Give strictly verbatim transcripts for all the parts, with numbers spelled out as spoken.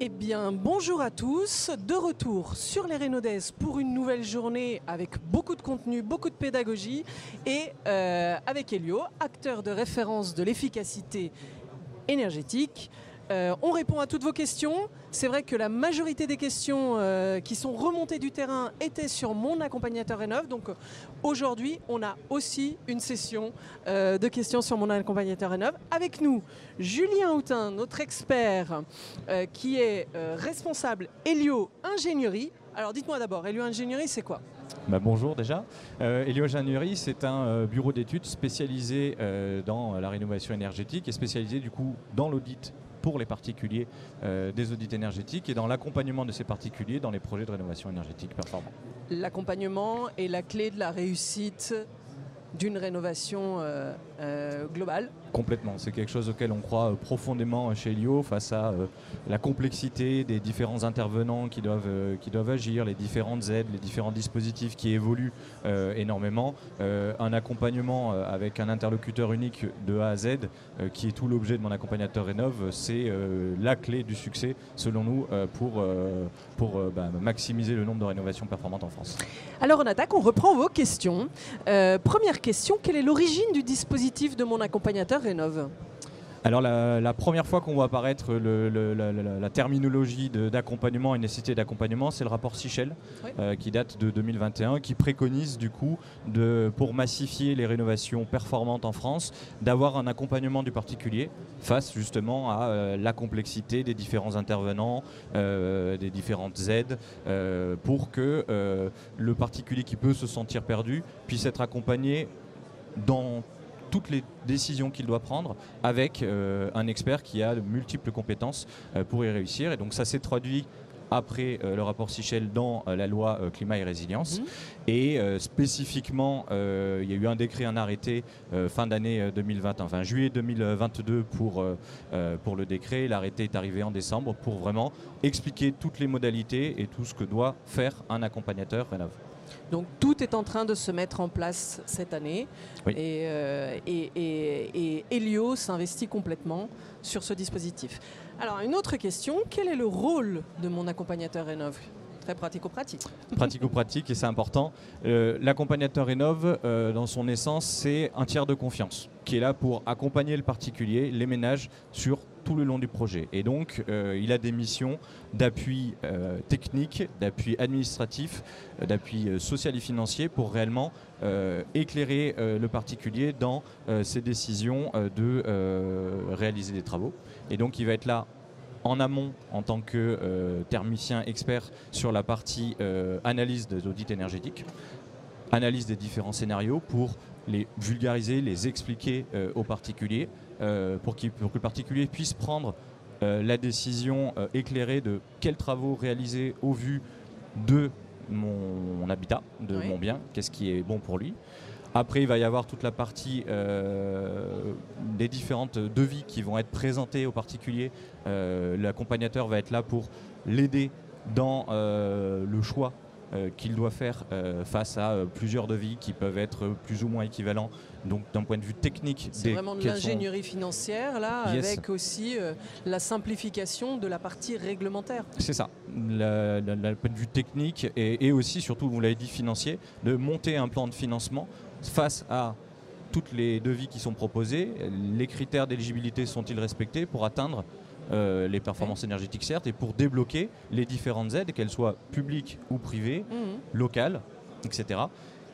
Eh bien, bonjour à tous, de retour sur les Rénaudes pour une nouvelle journée avec beaucoup de contenu, beaucoup de pédagogie et euh, avec Elio, acteur de référence de l'efficacité énergétique. Euh, on répond à toutes vos questions. C'est vrai que la majorité des questions euh, qui sont remontées du terrain étaient sur mon accompagnateur Rénov'. Donc euh, aujourd'hui, on a aussi une session euh, de questions sur mon accompagnateur Rénov'. Avec nous, Julien Houtin, notre expert euh, qui est euh, responsable Elio Ingénierie. Alors dites-moi d'abord, Elio Ingénierie, c'est quoi ? Bah bonjour déjà. Euh, Elio Ingénierie, c'est un euh, bureau d'études spécialisé euh, dans la rénovation énergétique et spécialisé du coup dans l'audit pour les particuliers euh, des audits énergétiques et dans l'accompagnement de ces particuliers dans les projets de rénovation énergétique performants. L'accompagnement est la clé de la réussite d'une rénovation euh, euh, globale. Complètement, c'est quelque chose auquel on croit euh, profondément chez Elio face à euh, la complexité des différents intervenants qui doivent, euh, qui doivent agir, les différentes aides, les différents dispositifs qui évoluent euh, énormément. Euh, un accompagnement euh, avec un interlocuteur unique de A à Z, euh, qui est tout l'objet de mon accompagnateur Rénov', c'est euh, la clé du succès selon nous euh, pour, euh, pour euh, bah, maximiser le nombre de rénovations performantes en France. Alors on attaque, on reprend vos questions. Euh, première question, quelle est l'origine du dispositif de mon accompagnateur Rénov'? Alors la, la première fois qu'on voit apparaître le, le, la, la, la terminologie d'accompagnement et nécessité d'accompagnement, c'est le rapport Sichel, oui. euh, qui date de deux mille vingt et un, qui préconise du coup, de, pour massifier les rénovations performantes en France, d'avoir un accompagnement du particulier face justement à euh, la complexité des différents intervenants, euh, des différentes aides, euh, pour que euh, le particulier qui peut se sentir perdu puisse être accompagné dans toutes les décisions qu'il doit prendre avec euh, un expert qui a de multiples compétences euh, pour y réussir. Et donc ça s'est traduit après euh, le rapport Sichel dans euh, la loi euh, climat et résilience. Mmh. Et euh, spécifiquement, euh, il y a eu un décret, un arrêté euh, fin d'année euh, deux mille vingt, enfin juillet deux mille vingt-deux pour, euh, euh, pour le décret. L'arrêté est arrivé en décembre pour vraiment expliquer toutes les modalités et tout ce que doit faire un accompagnateur Rénov'. Donc tout est en train de se mettre en place cette année, oui. et, euh, et, et, et Elio s'investit complètement sur ce dispositif. Alors une autre question, quel est le rôle de mon accompagnateur Rénov'? Très pratico-pratique. Pratico-pratique, et c'est important. Euh, L'accompagnateur Rénov', euh, dans son essence, c'est un tiers de confiance qui est là pour accompagner le particulier, les ménages, sur tout le long du projet. Et donc, euh, il a des missions d'appui euh, technique, d'appui administratif, euh, d'appui euh, social et financier pour réellement euh, éclairer euh, le particulier dans euh, ses décisions euh, de euh, réaliser des travaux. Et donc, il va être là en amont en tant que euh, thermicien expert sur la partie euh, analyse des audits énergétiques, analyse des différents scénarios pour les vulgariser, les expliquer euh, aux particuliers, euh, pour, pour que le particulier puisse prendre euh, la décision euh, éclairée de quels travaux réaliser au vu de mon, mon habitat, de oui. mon bien, qu'est-ce qui est bon pour lui. Après, il va y avoir toute la partie euh, des différentes devis qui vont être présentés aux particuliers. Euh, L'accompagnateur va être là pour l'aider dans euh, le choix euh, qu'il doit faire euh, face à euh, plusieurs devis qui peuvent être plus ou moins équivalents. Donc, d'un point de vue technique, c'est vraiment de l'ingénierie sont... financière là, yes. avec aussi euh, la simplification de la partie réglementaire. C'est ça, le point de vue technique et, et aussi, surtout, vous l'avez dit, financier, de monter un plan de financement face à toutes les devis qui sont proposés, les critères d'éligibilité sont-ils respectés pour atteindre euh, les performances okay. énergétiques, certes, et pour débloquer les différentes aides, qu'elles soient publiques ou privées, mmh. locales, et cetera.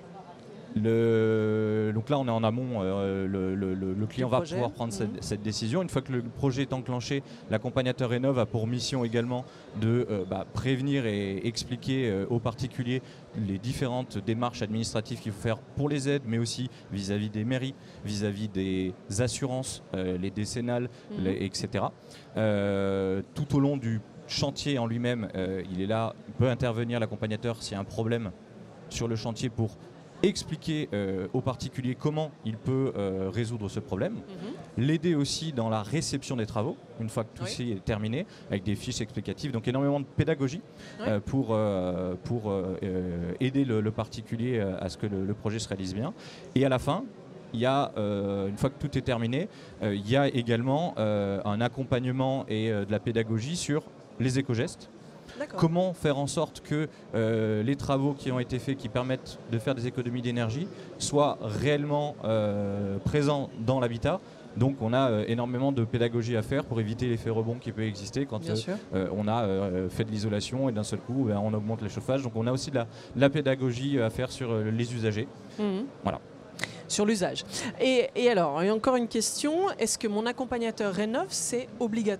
Le... Donc là, on est en amont, euh, le, le, le client va pouvoir prendre mmh. cette, cette décision. Une fois que le projet est enclenché, l'accompagnateur Rénov' a pour mission également de euh, bah, prévenir et expliquer euh, aux particuliers les différentes démarches administratives qu'il faut faire pour les aides, mais aussi vis-à-vis des mairies, vis-à-vis des assurances, euh, les décennales, mmh. les, et cetera. Euh, tout au long du chantier en lui-même, euh, il est là, il peut intervenir l'accompagnateur s'il y a un problème sur le chantier pour expliquer euh, aux particuliers comment il peut euh, résoudre ce problème, mmh. l'aider aussi dans la réception des travaux, une fois que tout oui. est terminé, avec des fiches explicatives, donc énormément de pédagogie oui. euh, pour, euh, pour euh, aider le, le particulier à ce que le, le projet se réalise bien. Et à la fin, il y a, euh, une fois que tout est terminé, euh, il y a également euh, un accompagnement et euh, de la pédagogie sur les éco-gestes. Comment faire en sorte que euh, les travaux qui ont été faits, qui permettent de faire des économies d'énergie, soient réellement euh, présents dans l'habitat. Donc on a euh, énormément de pédagogie à faire pour éviter l'effet rebond qui peut exister quand euh, euh, on a euh, fait de l'isolation et d'un seul coup ben, on augmente les chauffages. Donc on a aussi de la, de la pédagogie à faire sur euh, les usagers. Mmh. Voilà. Sur l'usage. Et, et alors, et encore une question, est-ce que mon accompagnateur Rénov', c'est obligatoire ?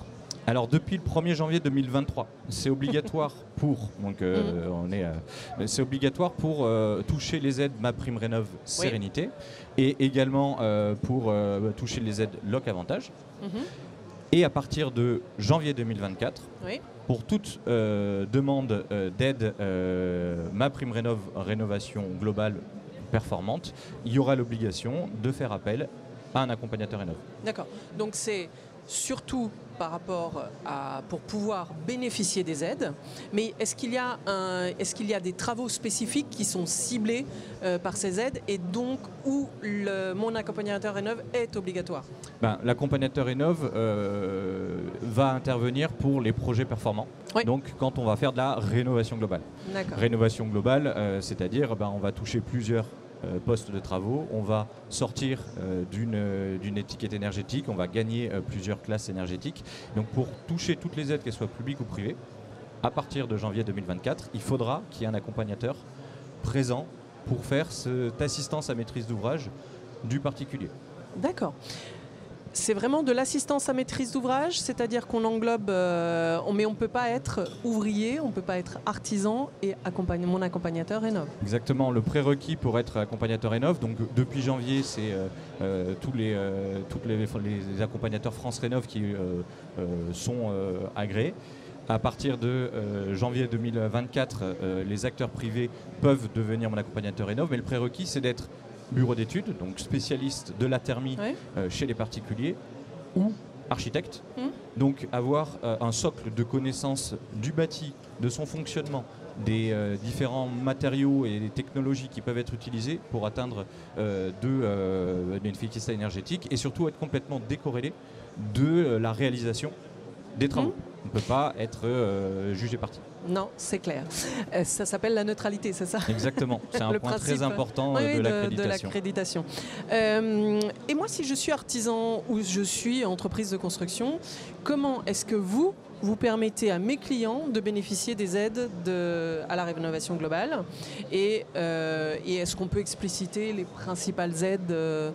Alors depuis le premier janvier deux mille vingt-trois, c'est obligatoire pour donc euh, mmh. on est euh, c'est obligatoire pour euh, toucher les aides MaPrimeRénov' Sérénité oui. et également euh, pour euh, toucher les aides Loc Avantage. Mmh. Et à partir de janvier deux mille vingt-quatre, oui. pour toute euh, demande euh, d'aide euh, MaPrimeRénov' rénovation globale performante, il y aura l'obligation de faire appel à un accompagnateur Rénov'. D'accord. Donc c'est surtout par rapport à pour pouvoir bénéficier des aides, mais est-ce qu'il y a un, est-ce qu'il y a des travaux spécifiques qui sont ciblés euh, par ces aides et donc où le, mon accompagnateur Rénov' est obligatoire ? Ben, l'accompagnateur Rénov' euh, va intervenir pour les projets performants. Oui. Donc quand on va faire de la rénovation globale. D'accord. Rénovation globale, euh, c'est-à-dire ben, on va toucher plusieurs Euh, postes de travaux, on va sortir euh, d'une, euh, d'une étiquette énergétique, on va gagner euh, plusieurs classes énergétiques. Donc pour toucher toutes les aides, qu'elles soient publiques ou privées, à partir de janvier deux mille vingt-quatre, il faudra qu'il y ait un accompagnateur présent pour faire cette assistance à maîtrise d'ouvrage du particulier. D'accord. C'est vraiment de l'assistance à maîtrise d'ouvrage, c'est-à-dire qu'on englobe, euh, on, mais on ne peut pas être ouvrier, on ne peut pas être artisan et accompagne, mon accompagnateur Rénov'. Exactement, le prérequis pour être accompagnateur Rénov', donc depuis janvier, c'est euh, euh, tous, les, euh, toutes les, les accompagnateurs France Rénov' qui euh, euh, sont euh, agréés. À partir de euh, janvier deux mille vingt-quatre, euh, les acteurs privés peuvent devenir mon accompagnateur Rénov', mais le prérequis, c'est d'être bureau d'études, donc spécialiste de la thermie oui. euh, chez les particuliers ou architecte. Mmh. Donc avoir euh, un socle de connaissances du bâti, de son fonctionnement, des euh, différents matériaux et des technologies qui peuvent être utilisés pour atteindre euh, de euh, l'efficacité énergétique et surtout être complètement décorrélé de euh, la réalisation des travaux. Mmh. On ne peut pas être euh, jugé parti. Non, c'est clair. Euh, ça s'appelle la neutralité, c'est ça ? Exactement. C'est un point très important oui, de, de l'accréditation. De l'accréditation. Euh, et moi, si je suis artisan ou je suis entreprise de construction, comment est-ce que vous, vous permettez à mes clients de bénéficier des aides de, à la rénovation globale ? Et, euh, et est-ce qu'on peut expliciter les principales aides euh,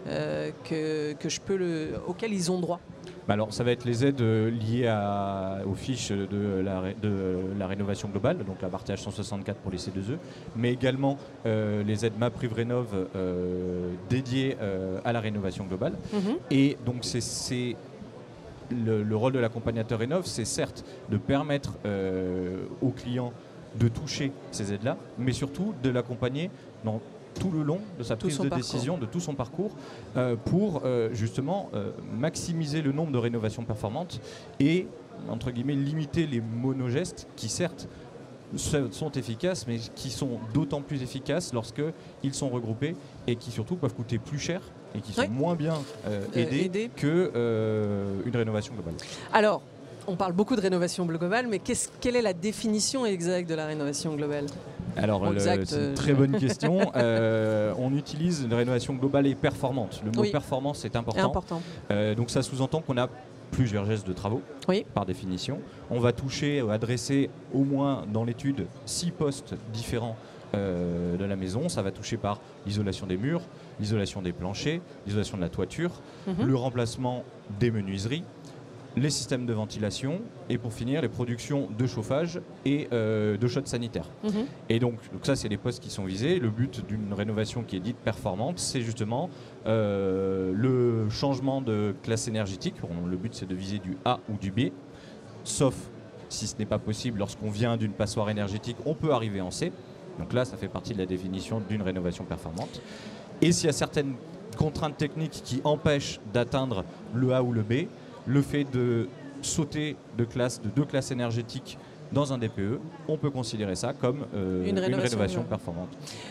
que, que je peux le, auxquelles ils ont droit ? Alors, ça va être les aides liées à, aux fiches de la, de la rénovation globale, donc la partie H cent soixante-quatre pour les C deux E, mais également euh, les aides MaPrimeRénov' euh, dédiées euh, à la rénovation globale. Mmh. Et donc, c'est, c'est le, le rôle de l'accompagnateur Rénov', c'est certes de permettre euh, aux clients de toucher ces aides-là, mais surtout de l'accompagner dans tout le long de sa prise de parcours. décision, de tout son parcours, euh, pour euh, justement euh, maximiser le nombre de rénovations performantes et, entre guillemets, limiter les monogestes qui, certes, sont efficaces, mais qui sont d'autant plus efficaces lorsqu'ils sont regroupés et qui, surtout, peuvent coûter plus cher et qui sont oui. moins bien euh, aidés, euh, aidés. qu'une euh, rénovation globale. Alors, on parle beaucoup de rénovation globale, mais qu'est-ce, quelle est la définition exacte de la rénovation globale ? Alors, bon, le, exact, c'est une très euh... bonne question. euh, on utilise une rénovation globale et performante. Le mot oui. performance est important. important. Euh, donc, ça sous-entend qu'on a plusieurs gestes de travaux, oui. par définition. On va toucher ou adresser au moins dans l'étude six postes différents euh, de la maison. Ça va toucher par l'isolation des murs, l'isolation des planchers, l'isolation de la toiture, mm-hmm. le remplacement des menuiseries, les systèmes de ventilation et pour finir les productions de chauffage et euh, de chaude sanitaire. Mmh. Et donc, donc ça c'est les postes qui sont visés. Le but d'une rénovation qui est dite performante, c'est justement euh, le changement de classe énergétique. Le but c'est de viser du A ou du B, sauf si ce n'est pas possible lorsqu'on vient d'une passoire énergétique, on peut arriver en C. Donc là ça fait partie de la définition d'une rénovation performante. Et s'il y a certaines contraintes techniques qui empêchent d'atteindre le A ou le B, le fait de sauter de classe, de deux classes énergétiques dans un D P E, on peut considérer ça comme euh, une rénovation, une rénovation performante.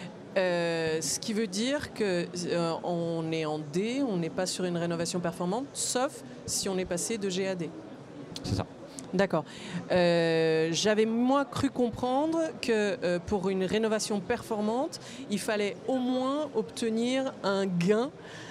Euh, ce qui veut dire qu'on euh, est en D, on n'est pas sur une rénovation performante, sauf si on est passé de G à D. C'est ça. D'accord. Euh, J'avais moi cru comprendre que euh, pour une rénovation performante, il fallait au moins obtenir un gain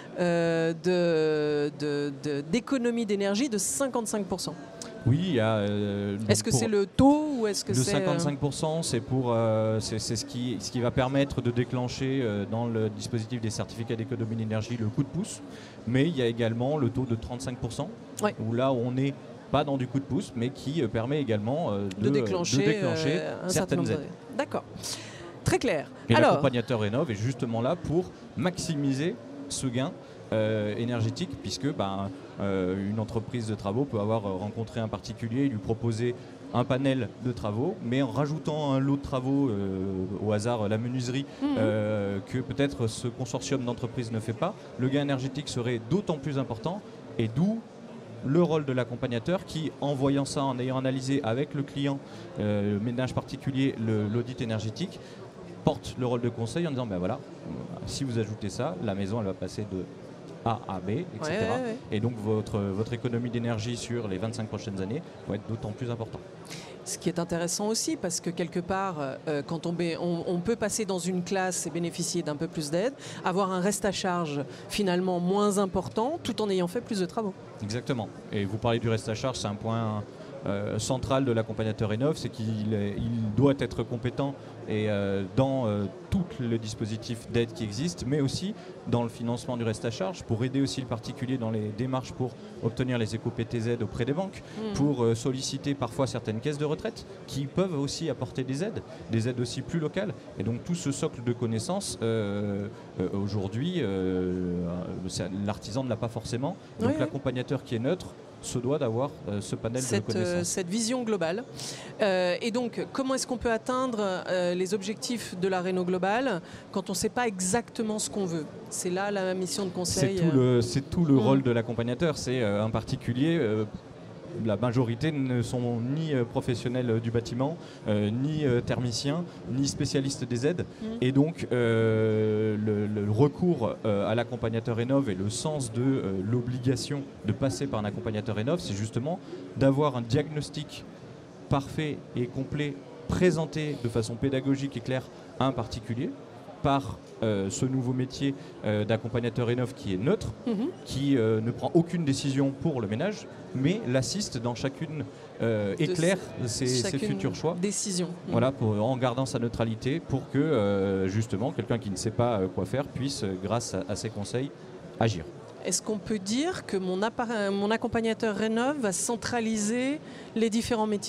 euh, de, de, de, d'économie d'énergie de cinquante-cinq pour cent. Oui, il y a. Euh, est-ce que c'est le taux ou est-ce que le c'est cinquante-cinq pour cent, c'est pour, euh, c'est, c'est ce qui, ce qui va permettre de déclencher euh, dans le dispositif des certificats d'économie d'énergie le coup de pouce. Mais il y a également le taux de trente-cinq pour cent, ouais. où là on est pas dans du coup de pouce, mais qui euh, permet également euh, de, de déclencher, de déclencher euh, certaines aides. D'accord. Très clair. Et Alors, l'accompagnateur Rénov est justement là pour maximiser ce gain euh, énergétique, puisque ben, euh, une entreprise de travaux peut avoir rencontré un particulier et lui proposer un panel de travaux, mais en rajoutant un lot de travaux, euh, au hasard la menuiserie, mmh. euh, que peut-être ce consortium d'entreprises ne fait pas, le gain énergétique serait d'autant plus important, et d'où le rôle de l'accompagnateur qui, en voyant ça, en ayant analysé avec le client, euh, le ménage particulier, le, l'audit énergétique, porte le rôle de conseil en disant ben voilà, si vous ajoutez ça, la maison elle va passer de A à B, et cetera. Ouais, ouais, ouais. Et donc votre, votre économie d'énergie sur les vingt-cinq prochaines années va être d'autant plus importante. Ce qui est intéressant aussi, parce que quelque part, euh, quand on, on, on peut passer dans une classe et bénéficier d'un peu plus d'aide, avoir un reste à charge finalement moins important, tout en ayant fait plus de travaux. Exactement. Et vous parlez du reste à charge, c'est un point euh, central de l'accompagnateur Rénov, c'est qu'il il doit être compétent et euh, dans euh, tout le dispositif d'aide qui existe, mais aussi dans le financement du reste à charge, pour aider aussi le particulier dans les démarches pour obtenir les éco-P T Z auprès des banques, mmh. pour euh, solliciter parfois certaines caisses de retraite qui peuvent aussi apporter des aides, des aides aussi plus locales. Et donc tout ce socle de connaissances, euh, euh, aujourd'hui, euh, l'artisan ne l'a pas forcément. Donc oui, l'accompagnateur qui est neutre se doit d'avoir euh, ce panel cette, de connaissances. Euh, cette vision globale. Euh, et donc, comment est-ce qu'on peut atteindre euh, les objectifs de la réno globale quand on ne sait pas exactement ce qu'on veut? C'est là la mission de conseil. C'est tout le, c'est tout le mmh. rôle de l'accompagnateur. C'est euh, un particulier. Euh, la majorité ne sont ni euh, professionnels du bâtiment, euh, ni euh, thermiciens, ni spécialistes des aides. Mmh. Et donc, euh, le, le recours euh, à l'accompagnateur Rénov et le sens de euh, l'obligation de passer par un accompagnateur Rénov, c'est justement d'avoir un diagnostic parfait et complet, présenté de façon pédagogique et claire à un particulier, par euh, ce nouveau métier euh, d'accompagnateur Rénov qui est neutre, mmh. qui euh, ne prend aucune décision pour le ménage, mais l'assiste dans chacune, euh, éclaire ses, ses futurs choix. Décision. Voilà, pour, en gardant sa neutralité, pour que euh, justement quelqu'un qui ne sait pas euh, quoi faire puisse, euh, grâce à, à ses conseils, agir. Est-ce qu'on peut dire que mon, mon accompagnateur Rénov va centraliser les différents métiers ?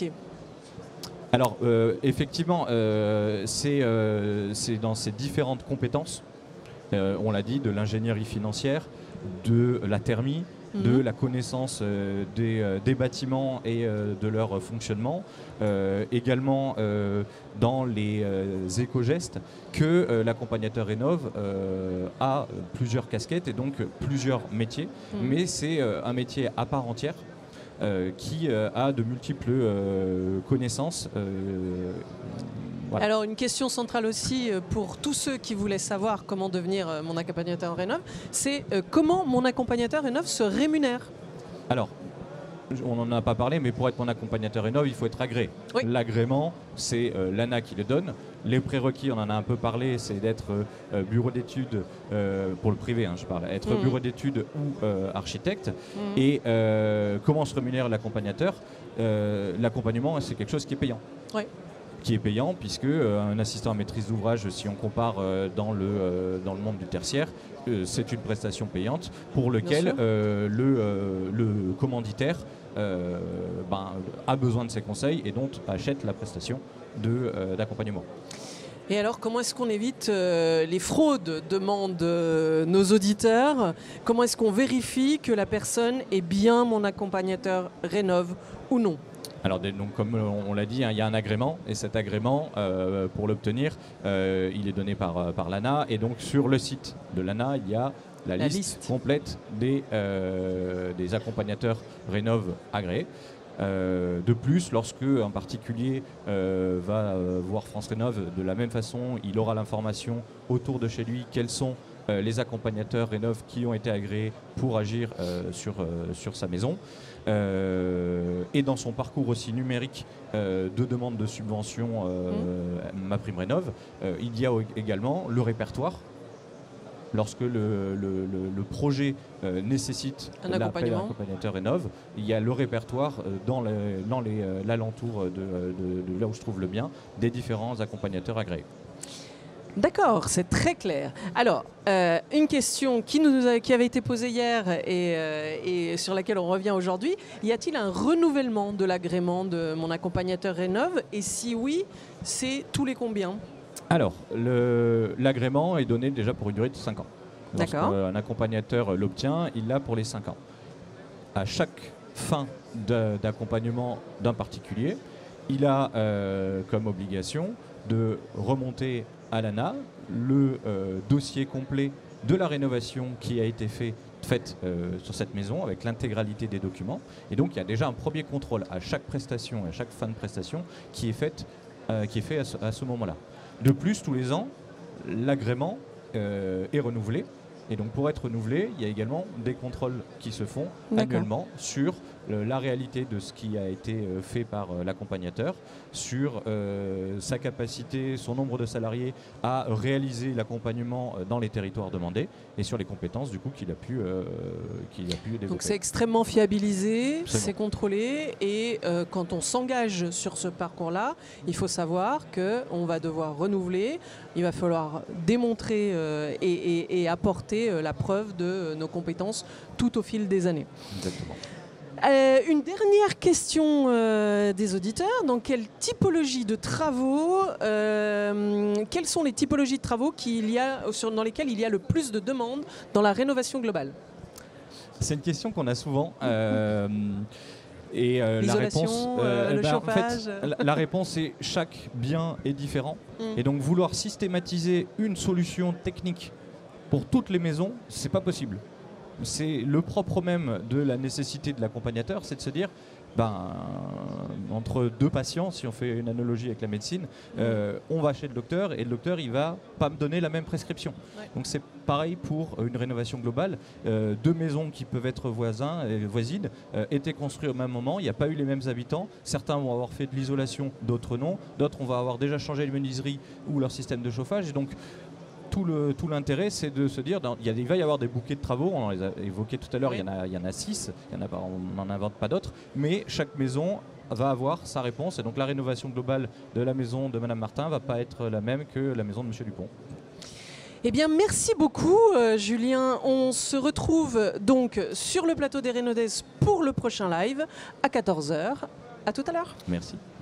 Alors, euh, effectivement, euh, c'est euh, dans ces différentes compétences, euh, on l'a dit, de l'ingénierie financière, de la thermie, mmh. de la connaissance euh, des, euh, des bâtiments et euh, de leur fonctionnement, euh, également euh, dans les euh, éco-gestes, que euh, l'accompagnateur Rénov euh, a plusieurs casquettes et donc plusieurs métiers, mmh. mais c'est euh, un métier à part entière. Euh, qui euh, a de multiples euh, connaissances. Euh, voilà. Alors une question centrale aussi pour tous ceux qui voulaient savoir comment devenir euh, mon accompagnateur Rénov, c'est euh, comment mon accompagnateur Rénov se rémunère? Alors, on n'en a pas parlé, mais pour être mon accompagnateur Rénov, il faut être agréé. Oui. L'agrément, c'est euh, l'A N A qui le donne. Les prérequis, on en a un peu parlé, c'est d'être euh, bureau d'études, euh, pour le privé, hein, je parle, être mmh. bureau d'études ou euh, architecte. Mmh. Et euh, comment se rémunère l'accompagnateur? euh, L'accompagnement, c'est quelque chose qui est payant. Oui. Qui est payant, puisque euh, un assistant à maîtrise d'ouvrage, si on compare euh, dans, le, euh, dans le monde du tertiaire, euh, c'est une prestation payante pour lequel euh, le, euh, le commanditaire euh, ben, a besoin de ses conseils et donc achète la prestation d'accompagnement. De, euh, Et alors, comment est-ce qu'on évite euh, les fraudes, demandent euh, nos auditeurs? Comment est-ce qu'on vérifie que la personne est bien mon accompagnateur Rénov ou non? Alors, donc, comme on l'a dit, hein, il y a un agrément, et cet agrément, euh, pour l'obtenir, euh, il est donné par, par l'A N A. Et donc, sur le site de l'A N A, il y a la, la liste, liste complète des, euh, des accompagnateurs Rénov agréés. Euh, de plus, lorsque un particulier euh, va euh, voir France Rénov, de la même façon, il aura l'information autour de chez lui quels sont euh, les accompagnateurs Rénov qui ont été agréés pour agir euh, sur, euh, sur sa maison. Euh, et dans son parcours aussi numérique euh, de demande de subvention euh, mmh. MaPrimeRénov, euh, il y a également le répertoire. Lorsque le, le, le, le projet euh, nécessite un accompagnateur Rénov, il y a le répertoire euh, dans l'alentour euh, de, de, de là où se trouve le bien des différents accompagnateurs agréés. D'accord, c'est très clair. Alors, euh, une question qui, nous a, qui avait été posée hier et, euh, et sur laquelle on revient aujourd'hui, y a-t-il un renouvellement de l'agrément de mon accompagnateur Rénov? Et si oui, c'est tous les combien? Alors, l'agrément est donné déjà pour une durée de cinq ans. D'accord. Lorsqu'un accompagnateur l'obtient, il l'a pour les cinq ans. À chaque fin d'accompagnement d'un particulier, il a euh, comme obligation de remonter à l'A N A le euh, dossier complet de la rénovation qui a été fait, faite euh, sur cette maison avec l'intégralité des documents. Et donc il y a déjà un premier contrôle à chaque prestation, à chaque fin de prestation qui est, faite, euh, qui est fait à ce, à ce moment-là. De plus, tous les ans, l'agrément euh, est renouvelé. Et donc pour être renouvelé, il y a également des contrôles qui se font annuellement sur euh, la réalité de ce qui a été euh, fait par euh, l'accompagnateur, sur euh, sa capacité, son nombre de salariés à réaliser l'accompagnement euh, dans les territoires demandés et sur les compétences du coup qu'il a pu euh, qu'il a pu développer. Donc c'est extrêmement fiabilisé, c'est contrôlé et euh, quand on s'engage sur ce parcours-là, il faut savoir qu'on va devoir renouveler, il va falloir démontrer euh, et, et, et apporter la preuve de nos compétences tout au fil des années. Exactement. Euh, une dernière question euh, des auditeurs. Dans quelle typologie de travaux, euh, quelles sont les typologies de travaux qu'il y a, sur, dans lesquelles il y a le plus de demandes dans la rénovation globale? C'est une question qu'on a souvent. Euh, Et euh, la réponse, euh, le bah, chauffage. En fait, la, la réponse est chaque bien est différent. Mm. Et donc vouloir systématiser une solution technique pour toutes les maisons, c'est pas possible. C'est le propre même de la nécessité de l'accompagnateur, c'est de se dire, ben, entre deux patients, si on fait une analogie avec la médecine, mmh. euh, on va chez le docteur et le docteur il va pas me donner la même prescription. Ouais. Donc c'est pareil pour une rénovation globale. Euh, deux maisons qui peuvent être voisins et voisines euh, étaient construites au même moment, il n'y a pas eu les mêmes habitants. Certains vont avoir fait de l'isolation, d'autres non. D'autres on va avoir déjà changé les menuiseries ou leur système de chauffage. Et donc tout le, tout l'intérêt, c'est de se dire, dans, il, y a, il va y avoir des bouquets de travaux, on les a évoqués tout à l'heure, oui. il, y en a, il y en a six, il y en a pas, on n'en invente pas d'autres, mais chaque maison va avoir sa réponse. Et donc la rénovation globale de la maison de Madame Martin ne va pas être la même que la maison de Monsieur Dupont. Eh bien, merci beaucoup, euh, Julien. On se retrouve donc sur le plateau des Rénodès pour le prochain live à quatorze heures. À tout à l'heure. Merci.